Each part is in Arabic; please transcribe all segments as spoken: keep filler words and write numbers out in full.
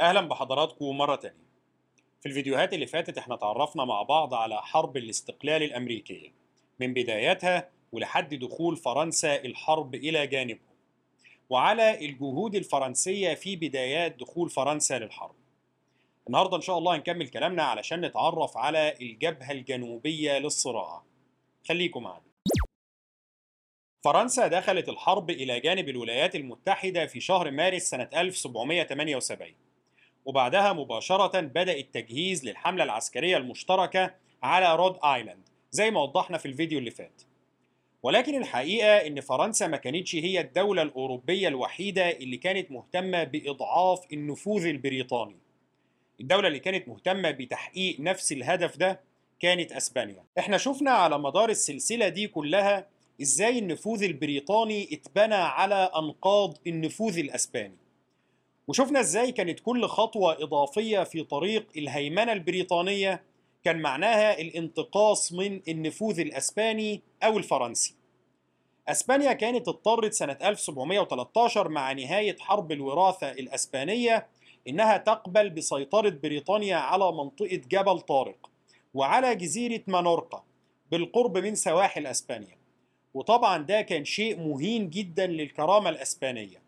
أهلا بحضراتكم مرة تانية. في الفيديوهات اللي فاتت احنا تعرفنا مع بعض على حرب الاستقلال الأمريكية من بدايتها ولحد دخول فرنسا الحرب إلى جانبهم، وعلى الجهود الفرنسية في بدايات دخول فرنسا للحرب. النهاردة إن شاء الله هنكمل كلامنا علشان نتعرف على الجبهة الجنوبية للصراع. خليكم معنا. فرنسا دخلت الحرب إلى جانب الولايات المتحدة في شهر مارس سنة ألف وسبعمائة وثمانية وسبعين، وبعدها مباشرة بدأ التجهيز للحملة العسكرية المشتركة على رود آيلاند زي ما وضحنا في الفيديو اللي فات. ولكن الحقيقة إن فرنسا ما كانتش هي الدولة الأوروبية الوحيدة اللي كانت مهتمة بإضعاف النفوذ البريطاني. الدولة اللي كانت مهتمة بتحقيق نفس الهدف ده كانت أسبانيا. احنا شفنا على مدار السلسلة دي كلها إزاي النفوذ البريطاني اتبنى على أنقاض النفوذ الأسباني، وشفنا ازاي كانت كل خطوة إضافية في طريق الهيمنة البريطانية كان معناها الانتقاص من النفوذ الأسباني أو الفرنسي. أسبانيا كانت اضطرت سنة ألف وسبعمائة وثلاثة عشر مع نهاية حرب الوراثة الأسبانية إنها تقبل بسيطرة بريطانيا على منطقة جبل طارق وعلى جزيرة مانورقا بالقرب من سواحل أسبانيا، وطبعا ده كان شيء مهين جدا للكرامة الأسبانية.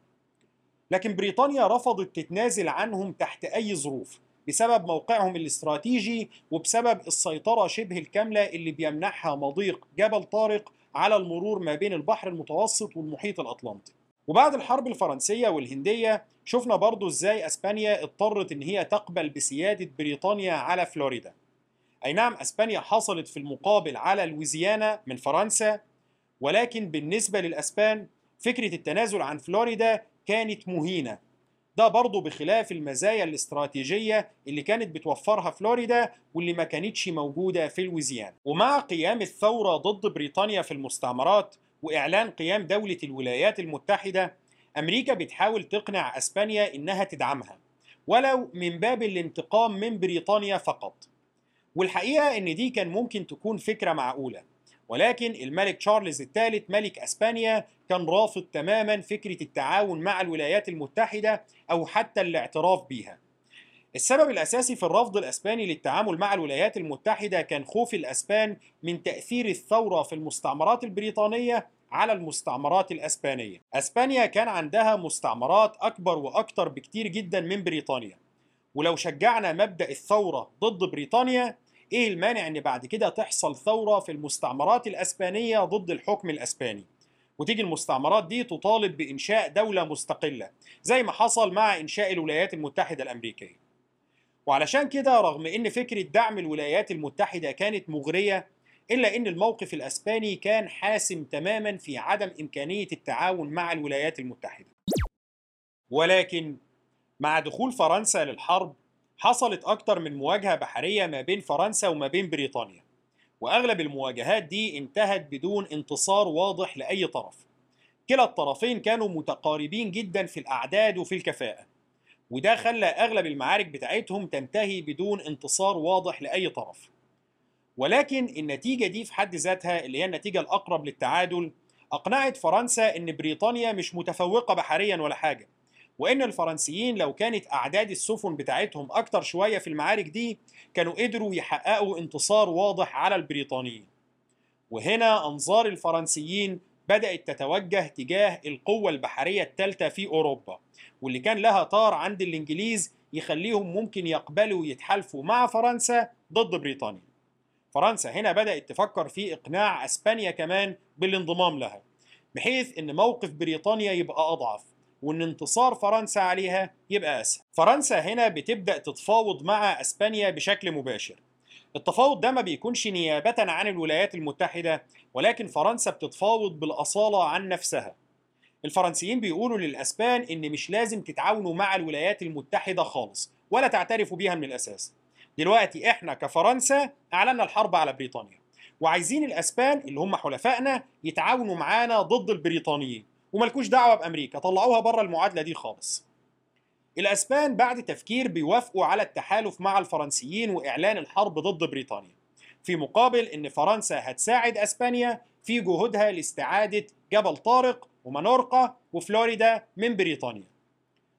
لكن بريطانيا رفضت تتنازل عنهم تحت أي ظروف بسبب موقعهم الاستراتيجي وبسبب السيطرة شبه الكاملة اللي بيمنحها مضيق جبل طارق على المرور ما بين البحر المتوسط والمحيط الأطلنطي. وبعد الحرب الفرنسية والهندية شفنا برضو ازاي اسبانيا اضطرت ان هي تقبل بسيادة بريطانيا على فلوريدا. اي نعم، اسبانيا حصلت في المقابل على لويزيانا من فرنسا، ولكن بالنسبة للأسبان فكرة التنازل عن فلوريدا كانت مهينة، ده برضه بخلاف المزايا الاستراتيجية اللي كانت بتوفرها فلوريدا واللي ما كانتش موجودة في لويزيانا. ومع قيام الثورة ضد بريطانيا في المستعمرات وإعلان قيام دولة الولايات المتحدة، أمريكا بتحاول تقنع أسبانيا إنها تدعمها ولو من باب الانتقام من بريطانيا فقط. والحقيقة إن دي كان ممكن تكون فكرة معقولة، ولكن الملك تشارلز الثالث ملك أسبانيا كان رافض تماما فكرة التعاون مع الولايات المتحدة أو حتى الاعتراف بيها. السبب الأساسي في الرفض الأسباني للتعامل مع الولايات المتحدة كان خوف الأسبان من تأثير الثورة في المستعمرات البريطانية على المستعمرات الأسبانية. أسبانيا كان عندها مستعمرات أكبر وأكتر بكتير جدا من بريطانيا، ولو شجعنا مبدأ الثورة ضد بريطانيا، ايه المانع ان بعد كده تحصل ثورة في المستعمرات الاسبانية ضد الحكم الاسباني، وتيجي المستعمرات دي تطالب بانشاء دولة مستقلة زي ما حصل مع انشاء الولايات المتحدة الامريكية. وعلشان كده رغم ان فكرة دعم الولايات المتحدة كانت مغرية، الا ان الموقف الاسباني كان حاسم تماما في عدم امكانية التعاون مع الولايات المتحدة. ولكن مع دخول فرنسا للحرب حصلت أكتر من مواجهة بحرية ما بين فرنسا وما بين بريطانيا، وأغلب المواجهات دي انتهت بدون انتصار واضح لأي طرف. كلا الطرفين كانوا متقاربين جدا في الأعداد وفي الكفاءة، وده خلى أغلب المعارك بتاعتهم تنتهي بدون انتصار واضح لأي طرف. ولكن النتيجة دي في حد ذاتها اللي هي النتيجة الأقرب للتعادل أقنعت فرنسا إن بريطانيا مش متفوقة بحريا ولا حاجة، وإن الفرنسيين لو كانت أعداد السفن بتاعتهم أكتر شوية في المعارك دي كانوا قدروا يحققوا انتصار واضح على البريطانيين. وهنا أنظار الفرنسيين بدأت تتوجه تجاه القوة البحرية الثالثة في أوروبا، واللي كان لها طار عند الإنجليز يخليهم ممكن يقبلوا يتحالفوا مع فرنسا ضد بريطانيا. فرنسا هنا بدأت تفكر في إقناع أسبانيا كمان بالانضمام لها، بحيث إن موقف بريطانيا يبقى أضعف وإن انتصار فرنسا عليها يبقى أسهل. فرنسا هنا بتبدأ تتفاوض مع أسبانيا بشكل مباشر. التفاوض ده ما بيكونش نيابة عن الولايات المتحدة، ولكن فرنسا بتتفاوض بالأصالة عن نفسها. الفرنسيين بيقولوا للأسبان إن مش لازم تتعاونوا مع الولايات المتحدة خالص ولا تعترفوا بيها من الأساس. دلوقتي إحنا كفرنسا أعلنا الحرب على بريطانيا، وعايزين الأسبان اللي هم حلفائنا يتعاونوا معانا ضد البريطانيين، وملكوش دعوة بأمريكا، طلعوها بره المعادلة دي خالص. الأسبان بعد تفكير بيوافقوا على التحالف مع الفرنسيين وإعلان الحرب ضد بريطانيا، في مقابل إن فرنسا هتساعد أسبانيا في جهودها لاستعادة جبل طارق ومانورقا وفلوريدا من بريطانيا.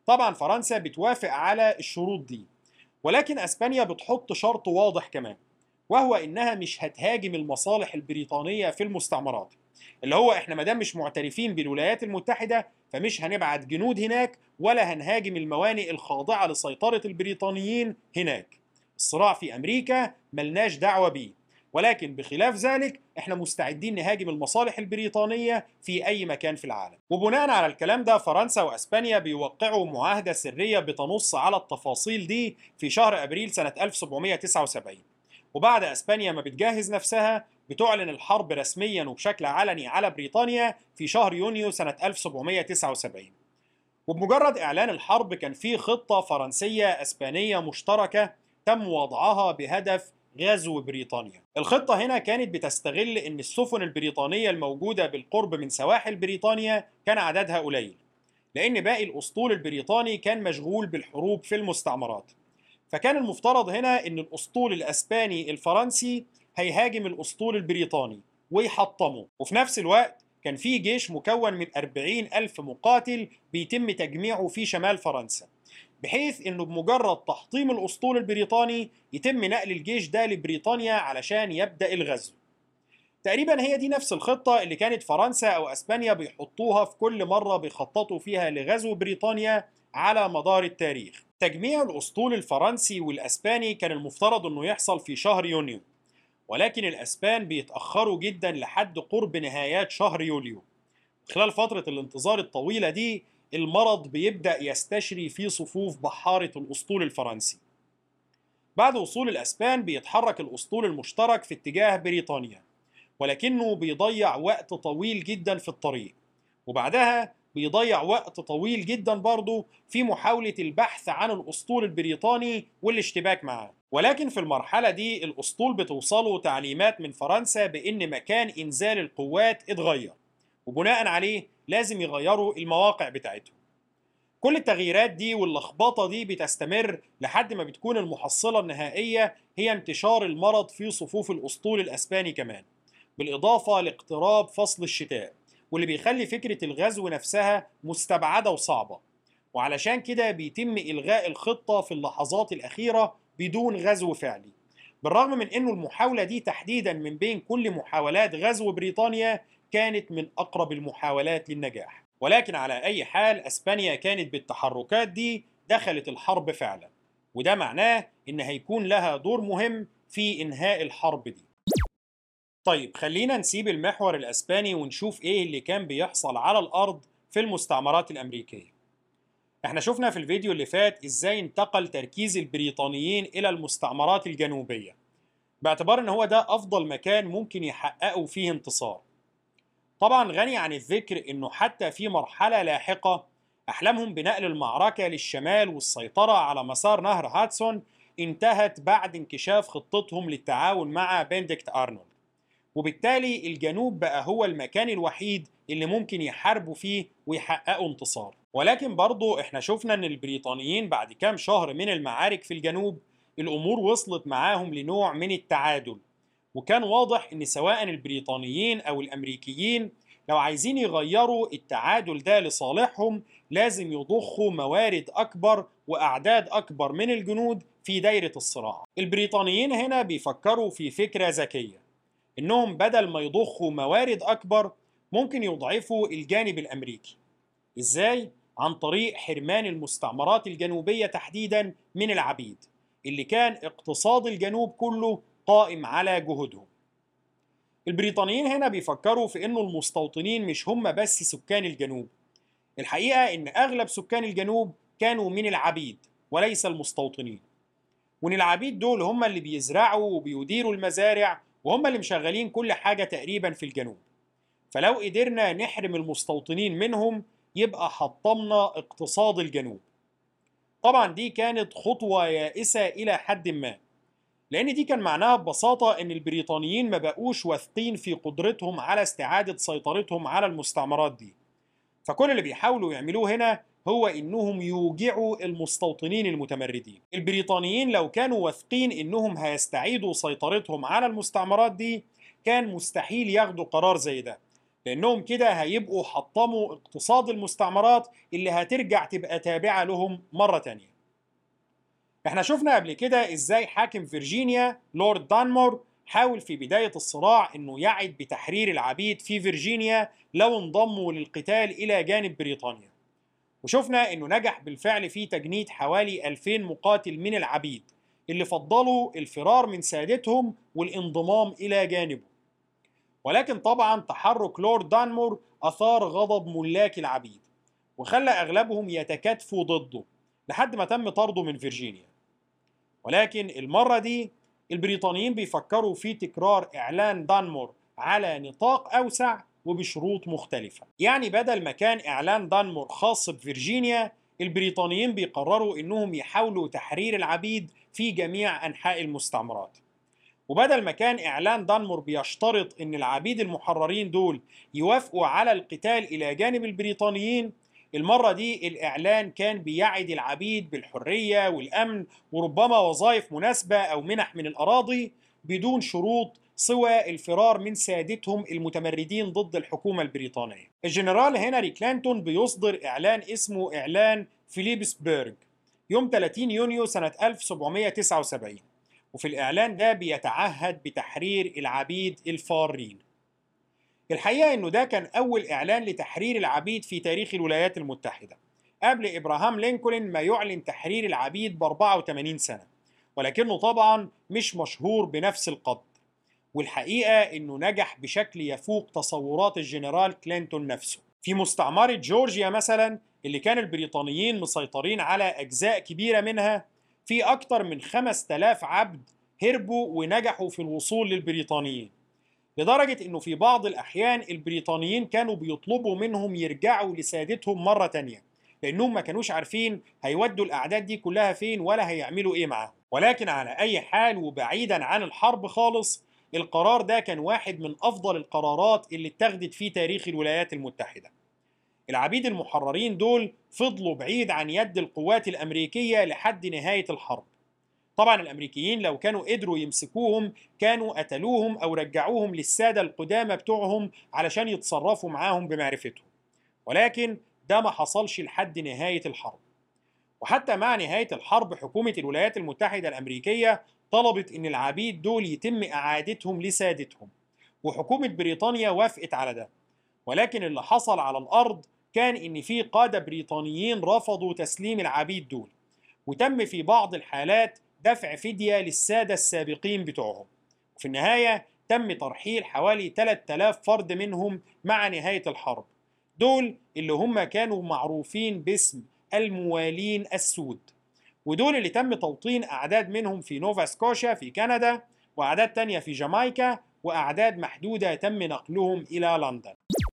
طبعا فرنسا بتوافق على الشروط دي، ولكن اسبانيا بتحط شرط واضح كمان، وهو انها مش هتهاجم المصالح البريطانيه في المستعمرات، اللي هو احنا ما دام مش معترفين بالولايات المتحده فمش هنبعت جنود هناك ولا هنهاجم الموانئ الخاضعه لسيطره البريطانيين هناك. الصراع في امريكا ملناش دعوه بيه، ولكن بخلاف ذلك احنا مستعدين نهاجم المصالح البريطانيه في اي مكان في العالم. وبناء على الكلام ده فرنسا واسبانيا بيوقعوا معاهده سريه بتنص على التفاصيل دي في شهر ابريل سنه ألف وسبعمائة وتسعة وسبعين. وبعد اسبانيا ما بتجهز نفسها بتعلن الحرب رسميا وبشكل علني على بريطانيا في شهر يونيو سنة ألف وسبعمائة وتسعة وسبعين. وبمجرد إعلان الحرب كان في خطة فرنسية أسبانية مشتركة تم وضعها بهدف غزو بريطانيا. الخطة هنا كانت بتستغل أن السفن البريطانية الموجودة بالقرب من سواحل بريطانيا كان عددها قليل، لأن باقي الأسطول البريطاني كان مشغول بالحروب في المستعمرات. فكان المفترض هنا أن الأسطول الأسباني الفرنسي هيهاجم الأسطول البريطاني ويحطمه، وفي نفس الوقت كان في جيش مكون من أربعين ألف مقاتل بيتم تجميعه في شمال فرنسا، بحيث أنه بمجرد تحطيم الأسطول البريطاني يتم نقل الجيش ده لبريطانيا علشان يبدأ الغزو. تقريبا هي دي نفس الخطة اللي كانت فرنسا أو أسبانيا بيحطوها في كل مرة بيخططوا فيها لغزو بريطانيا على مدار التاريخ. تجميع الأسطول الفرنسي والأسباني كان المفترض أنه يحصل في شهر يونيو، ولكن الأسبان بيتأخروا جدا لحد قرب نهايات شهر يوليو. خلال فترة الانتظار الطويلة دي المرض بيبدأ يستشري في صفوف بحارة الأسطول الفرنسي. بعد وصول الأسبان بيتحرك الأسطول المشترك في اتجاه بريطانيا، ولكنه بيضيع وقت طويل جدا في الطريق، وبعدها بيضيع وقت طويل جدا برضه في محاولة البحث عن الأسطول البريطاني والاشتباك معاه. ولكن في المرحلة دي الأسطول بتوصله تعليمات من فرنسا بأن مكان إنزال القوات اتغير، وبناء عليه لازم يغيروا المواقع بتاعتهم. كل التغييرات دي واللخبطة دي بتستمر لحد ما بتكون المحصلة النهائية هي انتشار المرض في صفوف الأسطول الأسباني كمان، بالإضافة لاقتراب فصل الشتاء، واللي بيخلي فكرة الغزو نفسها مستبعدة وصعبة. وعلشان كده بيتم إلغاء الخطة في اللحظات الأخيرة بدون غزو فعلي، بالرغم من أنه المحاولة دي تحديدا من بين كل محاولات غزو بريطانيا كانت من أقرب المحاولات للنجاح. ولكن على أي حال أسبانيا كانت بالتحركات دي دخلت الحرب فعلا، وده معناه إن هيكون لها دور مهم في إنهاء الحرب دي. طيب خلينا نسيب المحور الأسباني ونشوف إيه اللي كان بيحصل على الأرض في المستعمرات الأمريكية. احنا شفنا في الفيديو اللي فات إزاي انتقل تركيز البريطانيين إلى المستعمرات الجنوبية، باعتبار إن هو ده أفضل مكان ممكن يحققوا فيه انتصار. طبعا غني عن الذكر إنه حتى في مرحلة لاحقة أحلامهم بنقل المعركة للشمال والسيطرة على مسار نهر هاتسون انتهت بعد انكشاف خطتهم للتعاون مع بنديكت أرنولد، وبالتالي الجنوب بقى هو المكان الوحيد اللي ممكن يحاربوا فيه ويحققوا انتصار. ولكن برضو احنا شفنا ان البريطانيين بعد كام شهر من المعارك في الجنوب الامور وصلت معاهم لنوع من التعادل، وكان واضح ان سواء البريطانيين او الامريكيين لو عايزين يغيروا التعادل ده لصالحهم لازم يضخوا موارد اكبر واعداد اكبر من الجنود في دايرة الصراع. البريطانيين هنا بيفكروا في فكرة ذكية، إنهم بدل ما يضخوا موارد أكبر ممكن يضعفوا الجانب الأمريكي. إزاي؟ عن طريق حرمان المستعمرات الجنوبية تحديدا من العبيد، اللي كان اقتصاد الجنوب كله قائم على جهودهم. البريطانيين هنا بيفكروا في إنه المستوطنين مش هم بس سكان الجنوب، الحقيقة إن أغلب سكان الجنوب كانوا من العبيد وليس المستوطنين، وإن العبيد دول هم اللي بيزرعوا وبيديروا المزارع وهم اللي مشغلين كل حاجة تقريبا في الجنوب. فلو قدرنا نحرم المستوطنين منهم يبقى حطمنا اقتصاد الجنوب. طبعا دي كانت خطوة يائسة إلى حد ما، لأن دي كان معناها ببساطة إن البريطانيين ما بقوش واثقين في قدرتهم على استعادة سيطرتهم على المستعمرات دي، فكل اللي بيحاولوا يعملوه هنا هو إنهم يوجعوا المستوطنين المتمردين. البريطانيين لو كانوا واثقين إنهم هيستعيدوا سيطرتهم على المستعمرات دي كان مستحيل ياخدوا قرار زي ده، لأنهم كده هيبقوا حطموا اقتصاد المستعمرات اللي هترجع تبقى تابعة لهم مرة تانية. احنا شفنا قبل كده ازاي حاكم فيرجينيا لورد دانمور حاول في بداية الصراع انه يعد بتحرير العبيد في فيرجينيا لو انضموا للقتال الى جانب بريطانيا، وشفنا انه نجح بالفعل في تجنيد حوالي ألفين مقاتل من العبيد اللي فضلوا الفرار من سادتهم والانضمام الى جانبه. ولكن طبعا تحرك لورد دانمور اثار غضب ملاك العبيد وخلى اغلبهم يتكاتفوا ضده لحد ما تم طرده من فيرجينيا. ولكن المرة دي البريطانيين بيفكروا في تكرار إعلان دانمور على نطاق أوسع وبشروط مختلفة. يعني بدل ما كان إعلان دانمور خاص بفرجينيا، البريطانيين بيقرروا إنهم يحاولوا تحرير العبيد في جميع أنحاء المستعمرات. وبدل ما كان إعلان دانمور بيشترط إن العبيد المحررين دول يوافقوا على القتال إلى جانب البريطانيين، المرة دي الإعلان كان بيعد العبيد بالحرية والأمن وربما وظائف مناسبة أو منح من الأراضي بدون شروط سوى الفرار من سادتهم المتمردين ضد الحكومة البريطانية. الجنرال هنري كلينتون بيصدر إعلان اسمه إعلان فيليبسبرغ يوم ثلاثين يونيو سنة ألف وسبعمائة وتسعة وسبعين، وفي الإعلان ده بيتعهد بتحرير العبيد الفارين. الحقيقة إنه ده كان أول إعلان لتحرير العبيد في تاريخ الولايات المتحدة قبل إبراهام لينكولن ما يعلن تحرير العبيد ب أربعة وثمانين سنة، ولكنه طبعا مش مشهور بنفس القدر. والحقيقة إنه نجح بشكل يفوق تصورات الجنرال كلينتون نفسه. في مستعمرة جورجيا مثلا اللي كان البريطانيين مسيطرين على أجزاء كبيرة منها، في أكتر من خمسة آلاف عبد هربوا ونجحوا في الوصول للبريطانيين، لدرجة إنه في بعض الأحيان البريطانيين كانوا بيطلبوا منهم يرجعوا لسادتهم مرة تانية، لأنهم ما كانوش عارفين هيودوا الأعداد دي كلها فين ولا هيعملوا إيه معاهم. ولكن على أي حال وبعيدا عن الحرب خالص، القرار ده كان واحد من أفضل القرارات اللي اتخذت في تاريخ الولايات المتحدة. العبيد المحررين دول فضلوا بعيد عن يد القوات الأمريكية لحد نهاية الحرب. طبعا الأمريكيين لو كانوا قدروا يمسكوهم كانوا قتلوهم أو رجعوهم للسادة القدامى بتوعهم علشان يتصرفوا معاهم بمعرفتهم، ولكن ده ما حصلش لحد نهاية الحرب. وحتى مع نهاية الحرب حكومة الولايات المتحدة الأمريكية طلبت إن العبيد دول يتم إعادتهم لسادتهم، وحكومة بريطانيا وافقت على ده. ولكن اللي حصل على الأرض كان إن في قادة بريطانيين رفضوا تسليم العبيد دول، وتم في بعض الحالات دفع فدية للسادة السابقين بتوعهم. وفي النهاية تم ترحيل حوالي ثلاثة آلاف فرد منهم مع نهاية الحرب، دول اللي هم كانوا معروفين باسم الموالين السود، ودول اللي تم توطين أعداد منهم في نوفا سكوشيا في كندا، وأعداد تانية في جامايكا، وأعداد محدودة تم نقلهم إلى لندن.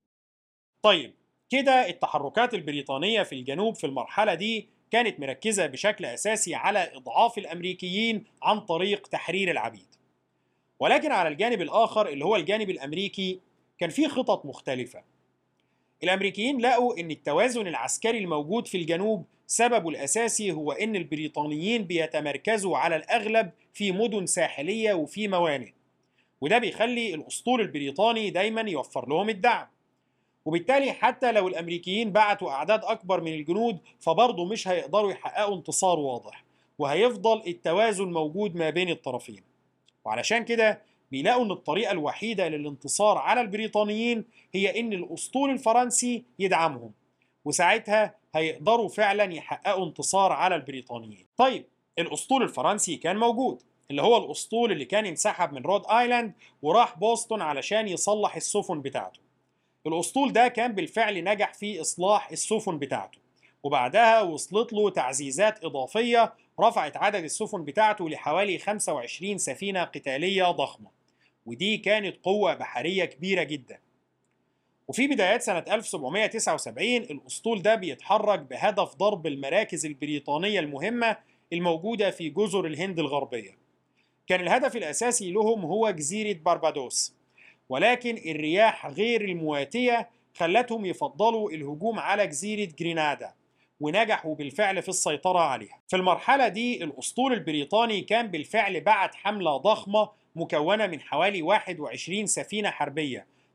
طيب كده التحركات البريطانية في الجنوب في المرحلة دي كانت مركزة بشكل أساسي على إضعاف الأمريكيين عن طريق تحرير العبيد. ولكن على الجانب الآخر اللي هو الجانب الأمريكي كان فيه خطط مختلفة. الأمريكيين لقوا إن التوازن العسكري الموجود في الجنوب سببه الأساسي هو إن البريطانيين بيتمركزوا على الأغلب في مدن ساحلية وفي موانئ، وده بيخلي الأسطول البريطاني دايما يوفر لهم الدعم. وبالتالي حتى لو الأمريكيين بعتوا أعداد أكبر من الجنود فبرضه مش هيقدروا يحققوا انتصار واضح، وهيفضل التوازن موجود ما بين الطرفين. وعلشان كده بيلاقوا إن الطريقة الوحيدة للانتصار على البريطانيين هي إن الأسطول الفرنسي يدعمهم، وساعتها هيقدروا فعلا يحققوا انتصار على البريطانيين. طيب الأسطول الفرنسي كان موجود، اللي هو الأسطول اللي كان انسحب من رود آيلاند وراح بوسطن علشان يصلح السفن بتاعته. الأسطول ده كان بالفعل نجح في إصلاح السفن بتاعته، وبعدها وصلت له تعزيزات إضافية رفعت عدد السفن بتاعته لحوالي خمسة وعشرين سفينة قتالية ضخمة، ودي كانت قوة بحرية كبيرة جدا. وفي بدايات سنة ألف وسبعمائة وتسعة وسبعين الأسطول ده بيتحرك بهدف ضرب المراكز البريطانية المهمة الموجودة في جزر الهند الغربية. كان الهدف الأساسي لهم هو جزيرة باربادوس، ولكن الرياح غير المواتية خلتهم يفضلوا الهجوم على جزيرة جرينادا، ونجحوا بالفعل في السيطرة عليها. في المرحلة دي الأسطول البريطاني كان بالفعل بعت حملة ضخمة مكونة من حوالي واحد وعشرين سفينة حربية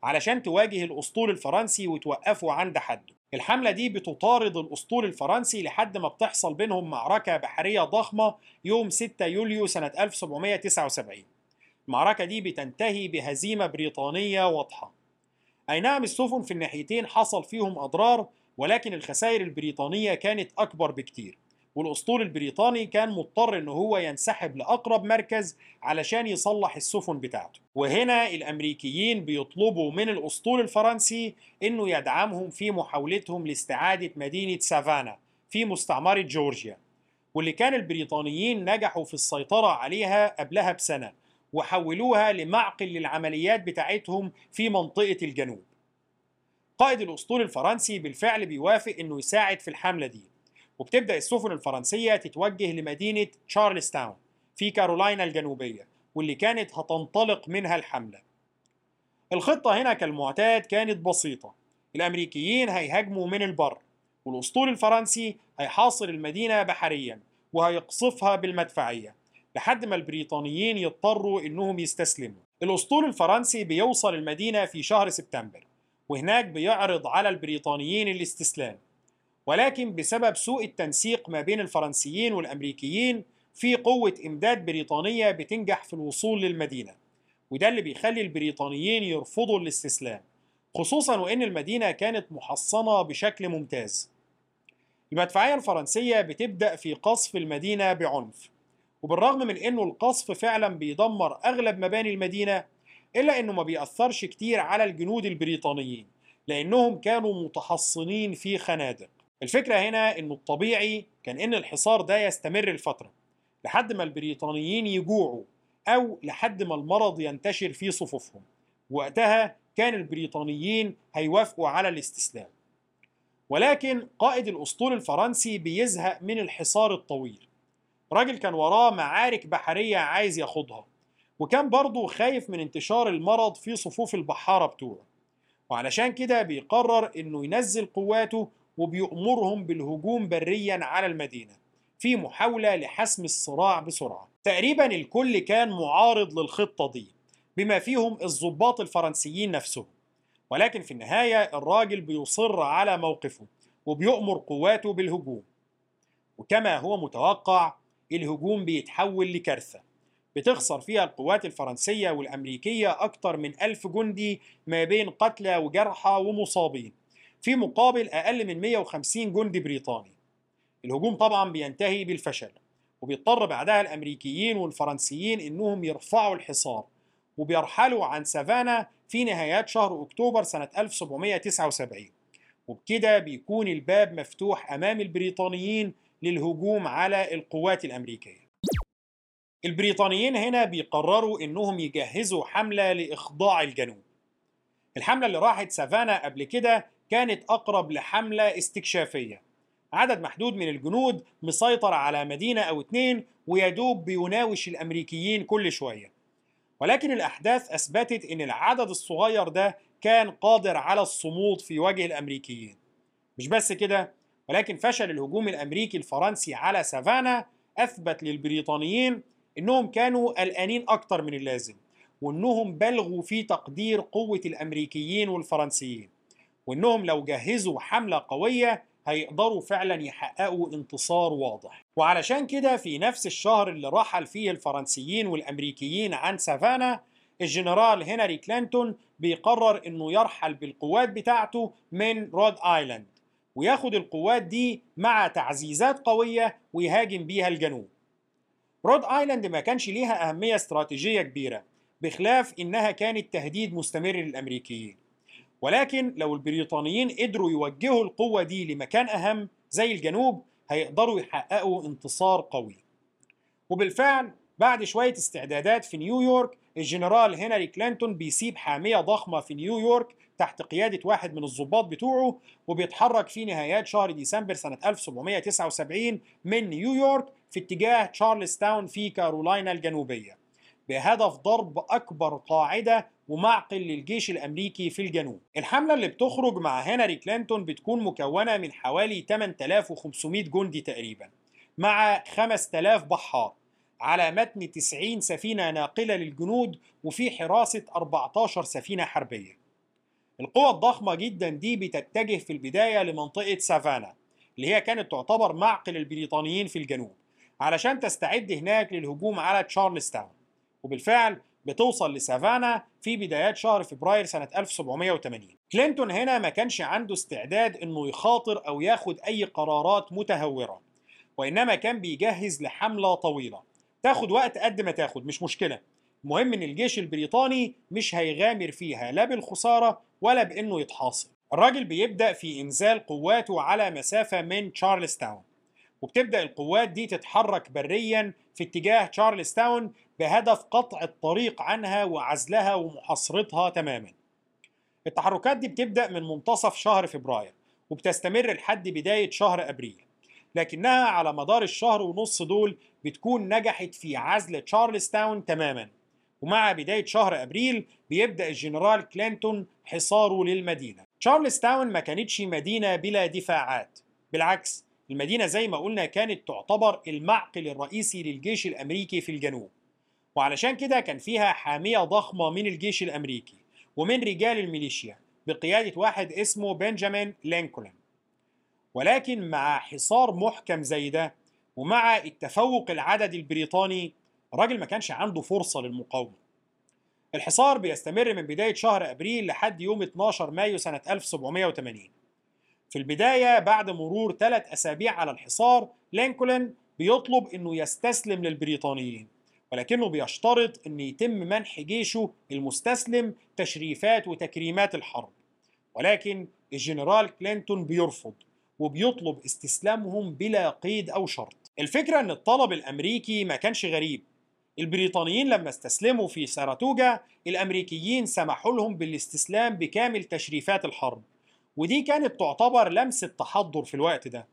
علشان تواجه الأسطول الفرنسي وتوقفه عند حده. الحملة دي بتطارد الأسطول الفرنسي لحد ما بتحصل بينهم معركة بحرية ضخمة يوم ستة يوليو سنة ألف وسبعمائة وتسعة وسبعين. المعركة دي بتنتهي بهزيمة بريطانية واضحة. أي نعم السفن في الناحيتين حصل فيهم أضرار، ولكن الخسائر البريطانية كانت أكبر بكتير، والأسطول البريطاني كان مضطر إن هو ينسحب لأقرب مركز علشان يصلح السفن بتاعته. وهنا الأمريكيين بيطلبوا من الأسطول الفرنسي إنه يدعمهم في محاولتهم لاستعادة مدينة سافانا في مستعمرة جورجيا، واللي كان البريطانيين نجحوا في السيطرة عليها قبلها بسنة، وحولوها لمعقل للعمليات بتاعتهم في منطقة الجنوب. قائد الأسطول الفرنسي بالفعل بيوافق إنه يساعد في الحملة دي، وبتبدأ السفن الفرنسية تتوجه لمدينة تشارلز تاون في كارولاينا الجنوبية، واللي كانت هتنطلق منها الحملة. الخطة هنا كالمعتاد كانت بسيطة. الأمريكيين هيهاجموا من البر، والأسطول الفرنسي هيحاصر المدينة بحريا وهيقصفها بالمدفعية لحد ما البريطانيين يضطروا إنهم يستسلموا. الأسطول الفرنسي بيوصل المدينة في شهر سبتمبر، وهناك بيعرض على البريطانيين الاستسلام، ولكن بسبب سوء التنسيق ما بين الفرنسيين والأمريكيين في قوة إمداد بريطانية بتنجح في الوصول للمدينة، وده اللي بيخلي البريطانيين يرفضوا الاستسلام، خصوصا وإن المدينة كانت محصنة بشكل ممتاز. المدفعية الفرنسية بتبدأ في قصف المدينة بعنف، وبالرغم من إنه القصف فعلا بيدمر أغلب مباني المدينة، إلا إنه ما بيأثرش كتير على الجنود البريطانيين لأنهم كانوا متحصنين في خنادق. الفكرة هنا إنه الطبيعي كان إن الحصار ده يستمر لفترة لحد ما البريطانيين يجوعوا أو لحد ما المرض ينتشر في صفوفهم، وقتها كان البريطانيين هيوافقوا على الاستسلام. ولكن قائد الأسطول الفرنسي بيزهق من الحصار الطويل. راجل كان وراه معارك بحرية عايز ياخدها، وكان برضه خايف من انتشار المرض في صفوف البحارة بتوعه، وعلشان كده بيقرر إنه ينزل قواته وبيأمرهم بالهجوم بريا على المدينة في محاولة لحسم الصراع بسرعة. تقريبا الكل كان معارض للخطة دي بما فيهم الضباط الفرنسيين نفسهم، ولكن في النهاية الراجل بيصر على موقفه وبيؤمر قواته بالهجوم. وكما هو متوقع الهجوم بيتحول لكارثة بتخسر فيها القوات الفرنسية والأمريكية أكتر من ألف جندي ما بين قتلى وجرحى ومصابين، في مقابل أقل من مئة وخمسين جندي بريطاني. الهجوم طبعا بينتهي بالفشل، وبيضطر بعدها الأمريكيين والفرنسيين إنهم يرفعوا الحصار وبيرحلوا عن سافانا في نهايات شهر أكتوبر سنة ألف وسبعمائة وتسعة وسبعين، وبكده بيكون الباب مفتوح أمام البريطانيين للهجوم على القوات الأمريكية. البريطانيين هنا بيقرروا إنهم يجهزوا حملة لإخضاع الجنوب. الحملة اللي راحت سافانا قبل كده كانت أقرب لحملة استكشافية، عدد محدود من الجنود مسيطر على مدينة أو اتنين ويدوب بيناوش الأمريكيين كل شوية، ولكن الأحداث أثبتت إن العدد الصغير ده كان قادر على الصمود في وجه الأمريكيين. مش بس كده، ولكن فشل الهجوم الأمريكي الفرنسي على سافانا أثبت للبريطانيين إنهم كانوا قلقانين أكتر من اللازم، وإنهم بلغوا في تقدير قوة الأمريكيين والفرنسيين، وإنهم لو جهزوا حملة قوية هيقدروا فعلا يحققوا انتصار واضح. وعلشان كده في نفس الشهر اللي رحل فيه الفرنسيين والأمريكيين عن سافانا، الجنرال هنري كلينتون بيقرر إنه يرحل بالقوات بتاعته من رود آيلاند وياخد القوات دي مع تعزيزات قوية ويهاجم بيها الجنوب. رود آيلاند ما كانش ليها أهمية استراتيجية كبيرة بخلاف إنها كانت تهديد مستمر للأمريكيين، ولكن لو البريطانيين قدروا يوجهوا القوة دي لمكان أهم زي الجنوب هيقدروا يحققوا انتصار قوي. وبالفعل بعد شوية استعدادات في نيويورك، الجنرال هنري كلينتون بيسيب حامية ضخمة في نيويورك تحت قيادة واحد من الضباط بتوعه، وبيتحرك في نهايات شهر ديسمبر سنة ألف وسبعمائة وتسعة وسبعين من نيويورك في اتجاه تشارلز تاون في كارولاينا الجنوبية بهدف ضرب أكبر قاعدة ومعقل للجيش الأمريكي في الجنوب. الحملة اللي بتخرج مع هنري كلينتون بتكون مكونة من حوالي ثمانية آلاف وخمسمائة جندي تقريبا مع خمسة آلاف بحار على متن تسعين سفينة ناقلة للجنود وفي حراسة أربعة عشر سفينة حربية. القوى الضخمة جدا دي بتتجه في البداية لمنطقة سافانا اللي هي كانت تعتبر معقل البريطانيين في الجنوب، علشان تستعد هناك للهجوم على تشارلز تاون. وبالفعل بتوصل لسافانا في بدايات شهر فبراير سنة ألف وسبعمية وتمانين. كلينتون هنا ما كانش عنده استعداد انه يخاطر او ياخد اي قرارات متهورة، وانما كان بيجهز لحملة طويلة تاخد وقت قد ما تاخد مش مشكلة. المهم ان الجيش البريطاني مش هيغامر فيها لا بالخسارة ولا بانه يتحاصر. الراجل بيبدأ في انزال قواته على مسافة من تشارلز تاون، وبتبدأ القوات دي تتحرك بريا في اتجاه تشارلز تاون بهدف قطع الطريق عنها وعزلها ومحاصرتها تماما. التحركات دي بتبدأ من منتصف شهر فبراير وبتستمر لحد بداية شهر أبريل، لكنها على مدار الشهر ونص دول بتكون نجحت في عزل تشارلز تاون تماما. ومع بداية شهر أبريل بيبدأ الجنرال كلينتون حصاره للمدينة. تشارلز تاون ما كانتش مدينة بلا دفاعات، بالعكس المدينة زي ما قلنا كانت تعتبر المعقل الرئيسي للجيش الأمريكي في الجنوب، وعلشان كده كان فيها حامية ضخمة من الجيش الأمريكي ومن رجال الميليشيا بقيادة واحد اسمه بنجامين لينكولن. ولكن مع حصار محكم زي ده ومع التفوق العددي البريطاني، الراجل ما كانش عنده فرصة للمقاومة. الحصار بيستمر من بداية شهر أبريل لحد يوم اتناشر مايو سنة ألف وسبعمية وتمانين. في البداية بعد مرور ثلاث أسابيع على الحصار، لينكولن بيطلب أنه يستسلم للبريطانيين، ولكنه بيشترط أن يتم منح جيشه المستسلم تشريفات وتكريمات الحرب. ولكن الجنرال كلينتون بيرفض وبيطلب استسلامهم بلا قيد أو شرط. الفكرة أن الطلب الأمريكي ما كانش غريب. البريطانيين لما استسلموا في ساراتوجا، الأمريكيين سمحوا لهم بالاستسلام بكامل تشريفات الحرب، ودي كانت تعتبر لمسة تحضر في الوقت ده.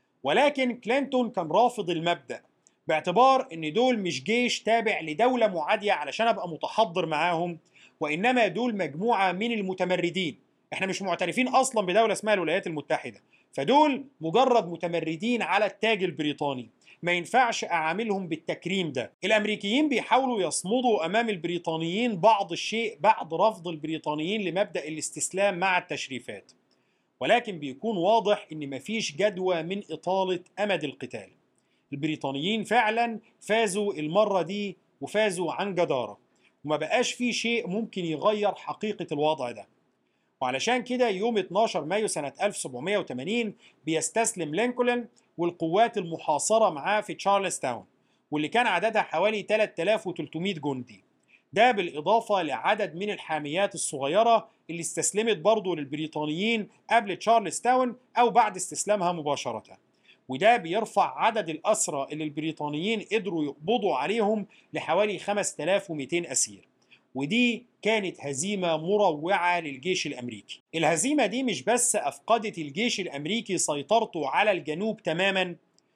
ولكن كلينتون كان رافض المبدأ باعتبار ان دول مش جيش تابع لدولة معادية علشان ابقى متحضر معاهم، وانما دول مجموعة من المتمردين. احنا مش معترفين اصلا بدولة اسمها الولايات المتحدة، فدول مجرد متمردين على التاج البريطاني، ما ينفعش اعاملهم بالتكريم ده. الامريكيين بيحاولوا يصمدوا امام البريطانيين بعض الشيء بعد رفض البريطانيين لمبدأ الاستسلام مع التشريفات، ولكن بيكون واضح ان مفيش جدوى من اطالة امد القتال. البريطانيين فعلا فازوا المرة دي وفازوا عن جدارة، وما بقاش في شيء ممكن يغير حقيقة الوضع ده. وعلشان كده يوم اتناشر مايو سنة ألف وسبعمية وتمانين بيستسلم لينكولن والقوات المحاصرة معاه في تشارلز تاون، واللي كان عددها حوالي ثلاثة آلاف وثلاثمية جندي. ده بالإضافة لعدد من الحاميات الصغيرة اللي استسلمت برضه للبريطانيين قبل تشارلز تاون أو بعد استسلامها مباشرة. وده بيرفع عدد الأسرى اللي البريطانيين قدروا يقبضوا عليهم لحوالي خمسة آلاف ومئتين أسير. ودي كانت هزيمة مروعة للجيش الأمريكي. الهزيمة دي مش بس أفقدت الجيش الأمريكي سيطرته على الجنوب تماما،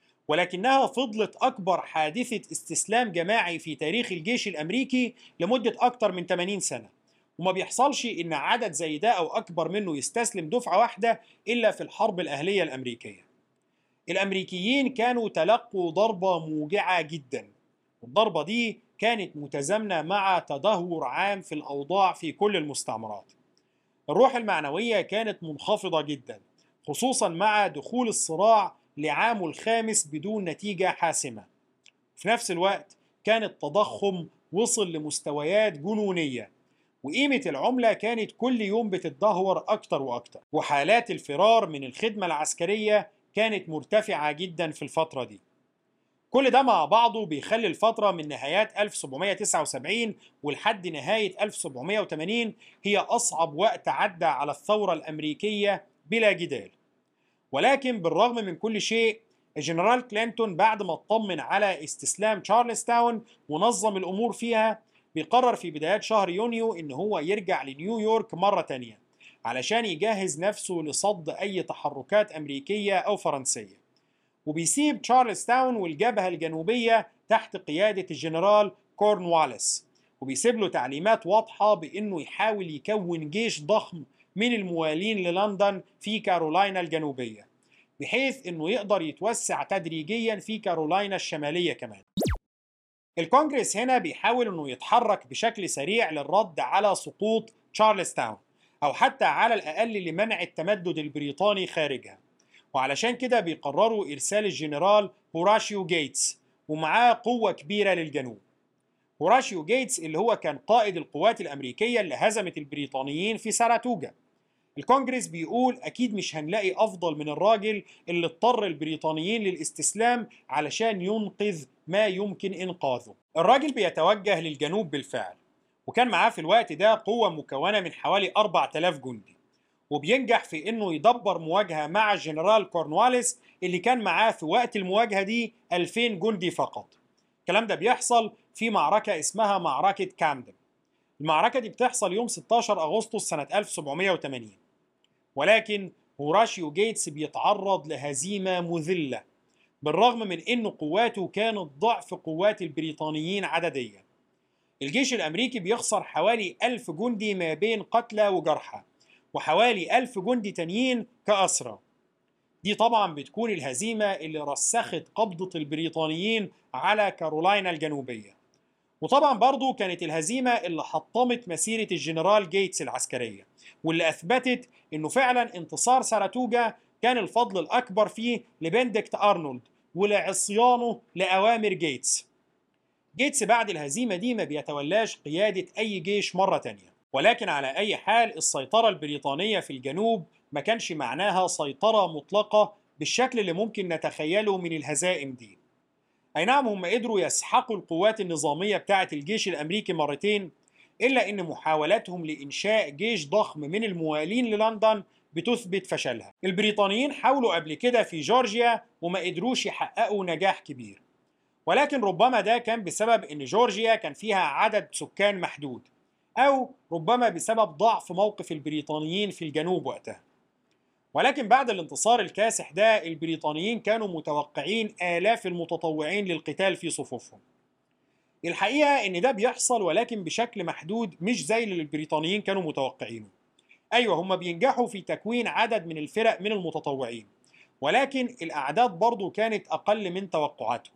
ولكنها فضلت أكبر حادثة استسلام جماعي في تاريخ الجيش الأمريكي لمدة أكتر من ثمانين سنة. وما بيحصلش إن عدد زي ده أو أكبر منه يستسلم دفعة واحدة إلا في الحرب الأهلية الأمريكية. الأمريكيين كانوا تلقوا ضربة موجعة جدا، والضربة دي كانت متزامنة مع تدهور عام في الأوضاع في كل المستعمرات. الروح المعنوية كانت منخفضة جدا، خصوصا مع دخول الصراع لعامه الخامس بدون نتيجة حاسمة. في نفس الوقت كان التضخم وصل لمستويات جنونية، وقيمة العملة كانت كل يوم بتتدهور أكتر وأكتر، وحالات الفرار من الخدمة العسكرية كانت مرتفعة جدا في الفترة دي. كل ده مع بعضه بيخلي الفترة من نهايات ألف وسبعمية وتسعة وسبعين ولحد نهاية ألف وسبعمية وتمانين هي أصعب وقت عدى على الثورة الأمريكية بلا جدال. ولكن بالرغم من كل شيء، الجنرال كلينتون بعد ما اطمن على استسلام تشارلز تاون ونظم الأمور فيها، بيقرر في بدايات شهر يونيو إن هو يرجع لنيويورك مرة تانية علشان يجهز نفسه لصد أي تحركات أمريكية أو فرنسية. وبيسيب تشارلز تاون والجبهة الجنوبية تحت قيادة الجنرال كورنواليس، وبيسيب له تعليمات واضحة بأنه يحاول يكون جيش ضخم من الموالين للندن في كارولاينا الجنوبية، بحيث أنه يقدر يتوسع تدريجيا في كارولاينا الشمالية كمان. الكونجرس هنا بيحاول أنه يتحرك بشكل سريع للرد على سقوط تشارلز تاون أو حتى على الأقل لمنع التمدد البريطاني خارجها. وعلشان كده بيقرروا إرسال الجنرال هوراشيو جيتس ومعاه قوة كبيرة للجنوب. هوراشيو جيتس اللي هو كان قائد القوات الأمريكية اللي هزمت البريطانيين في ساراتوجا. الكونجرس بيقول أكيد مش هنلاقي أفضل من الراجل اللي اضطر البريطانيين للاستسلام علشان ينقذ ما يمكن إنقاذه. الراجل بيتوجه للجنوب بالفعل، وكان معاه في الوقت ده قوة مكونة من حوالي أربعة آلاف جندي، وبينجح في إنه يدبر مواجهة مع الجنرال كورنواليس اللي كان معاه في وقت المواجهة دي ألفين جندي فقط. الكلام ده بيحصل في معركة اسمها معركة كامدن. المعركة دي بتحصل يوم ستة عشر أغسطس سنة ألف وسبعمائة وثمانين، ولكن هوراشيو جيتس بيتعرض لهزيمة مذلة بالرغم من أن قواته كانت ضعف قوات البريطانيين عدديا. الجيش الأمريكي بيخسر حوالي ألف جندي ما بين قتلى وجرحى، وحوالي ألف جندي تانيين كأسرى. دي طبعا بتكون الهزيمة اللي رسخت قبضة البريطانيين على كارولاينا الجنوبية، وطبعا برضو كانت الهزيمة اللي حطمت مسيرة الجنرال جيتس العسكرية، واللي أثبتت أنه فعلا انتصار ساراتوجا كان الفضل الأكبر فيه لبندكت أرنولد ولعصيانه لأوامر جيتس. جيتس بعد الهزيمة دي ما بيتولاش قيادة أي جيش مرة تانية. ولكن على أي حال السيطرة البريطانية في الجنوب ما كانش معناها سيطرة مطلقة بالشكل اللي ممكن نتخيله من الهزائم دي. أي نعم هم قدروا يسحقوا القوات النظامية بتاعة الجيش الأمريكي مرتين، إلا أن محاولاتهم لإنشاء جيش ضخم من الموالين للندن بتثبت فشلها. البريطانيين حاولوا قبل كده في جورجيا وما قدروش يحققوا نجاح كبير، ولكن ربما ده كان بسبب أن جورجيا كان فيها عدد سكان محدود، أو ربما بسبب ضعف موقف البريطانيين في الجنوب وقتها. ولكن بعد الانتصار الكاسح ده البريطانيين كانوا متوقعين آلاف المتطوعين للقتال في صفوفهم. الحقيقة إن ده بيحصل ولكن بشكل محدود، مش زي اللي البريطانيين كانوا متوقعينه. أيوة هم بينجحوا في تكوين عدد من الفرق من المتطوعين، ولكن الأعداد برضو كانت أقل من توقعاتهم.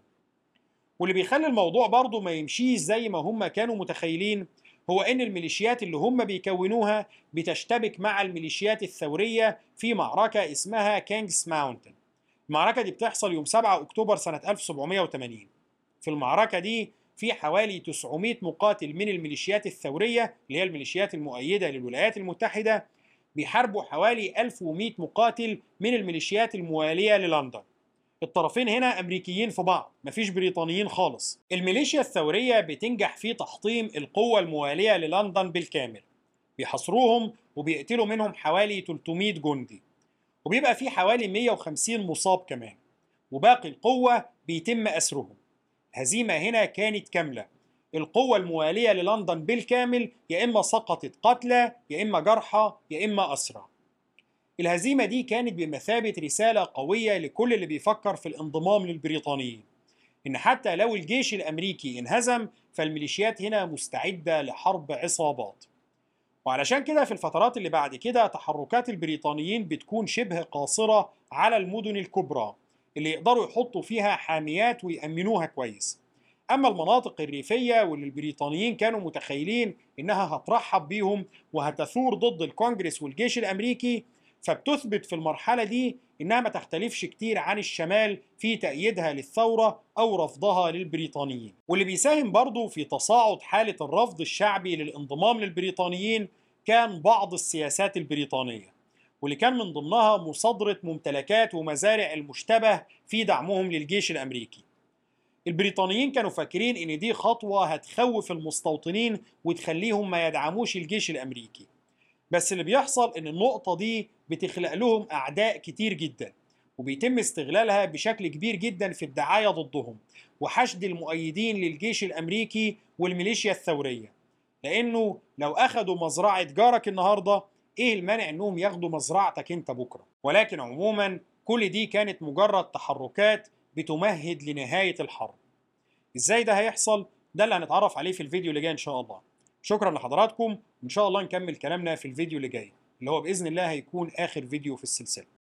واللي بيخلي الموضوع برضو ما يمشيش زي ما هم كانوا متخيلين هو إن الميليشيات اللي هم بيكونوها بتشتبك مع الميليشيات الثورية في معركة اسمها كينجز ماونتن. المعركة دي بتحصل يوم سبعة أكتوبر سنة ألف وسبعمائة وثمانين. في المعركة دي في حوالي تسعمائة مقاتل من الميليشيات الثورية اللي هي الميليشيات المؤيدة للولايات المتحدة بيحاربوا حوالي ألف ومائة مقاتل من الميليشيات الموالية للندن. الطرفين هنا أمريكيين في بعض، مفيش بريطانيين خالص. الميليشيا الثورية بتنجح في تحطيم القوة الموالية للندن بالكامل، بيحاصروهم وبيقتلوا منهم حوالي ثلاثمائة جندي، وبيبقى في حوالي مائة وخمسين مصاب كمان، وباقي القوة بيتم أسرهم. هزيمة هنا كانت كاملة، القوة الموالية للندن بالكامل يا إما سقطت قتلى يا إما جرحى يا إما أسرى. الهزيمة دي كانت بمثابة رسالة قوية لكل اللي بيفكر في الانضمام للبريطانيين، إن حتى لو الجيش الأمريكي انهزم فالميليشيات هنا مستعدة لحرب عصابات. وعلشان كده في الفترات اللي بعد كده تحركات البريطانيين بتكون شبه قاصرة على المدن الكبرى اللي يقدروا يحطوا فيها حاميات ويأمنوها كويس. أما المناطق الريفية واللي البريطانيين كانوا متخيلين إنها هترحب بيهم وهتثور ضد الكونجرس والجيش الأمريكي، فبتثبت في المرحلة دي إنها ما تختلفش كتير عن الشمال في تأييدها للثورة أو رفضها للبريطانيين. واللي بيساهم برضو في تصاعد حالة الرفض الشعبي للانضمام للبريطانيين كان بعض السياسات البريطانية، واللي كان من ضمنها مصادرة ممتلكات ومزارع المشتبه في دعمهم للجيش الأمريكي. البريطانيين كانوا فاكرين إن دي خطوة هتخوف المستوطنين وتخليهم ما يدعموش الجيش الأمريكي، بس اللي بيحصل إن النقطة دي بتخلق لهم أعداء كتير جدا، وبيتم استغلالها بشكل كبير جدا في الدعاية ضدهم وحشد المؤيدين للجيش الأمريكي والميليشيا الثورية. لأنه لو أخدوا مزرعة جارك النهاردة إيه المانع إنهم ياخدوا مزرعتك أنت بكرة؟ ولكن عموما كل دي كانت مجرد تحركات بتمهد لنهاية الحرب. إزاي ده هيحصل؟ ده اللي هنتعرف عليه في الفيديو اللي جاي إن شاء الله. شكرا لحضراتكم، وإن شاء الله نكمل كلامنا في الفيديو اللي جاي اللي هو بإذن الله هيكون آخر فيديو في السلسلة.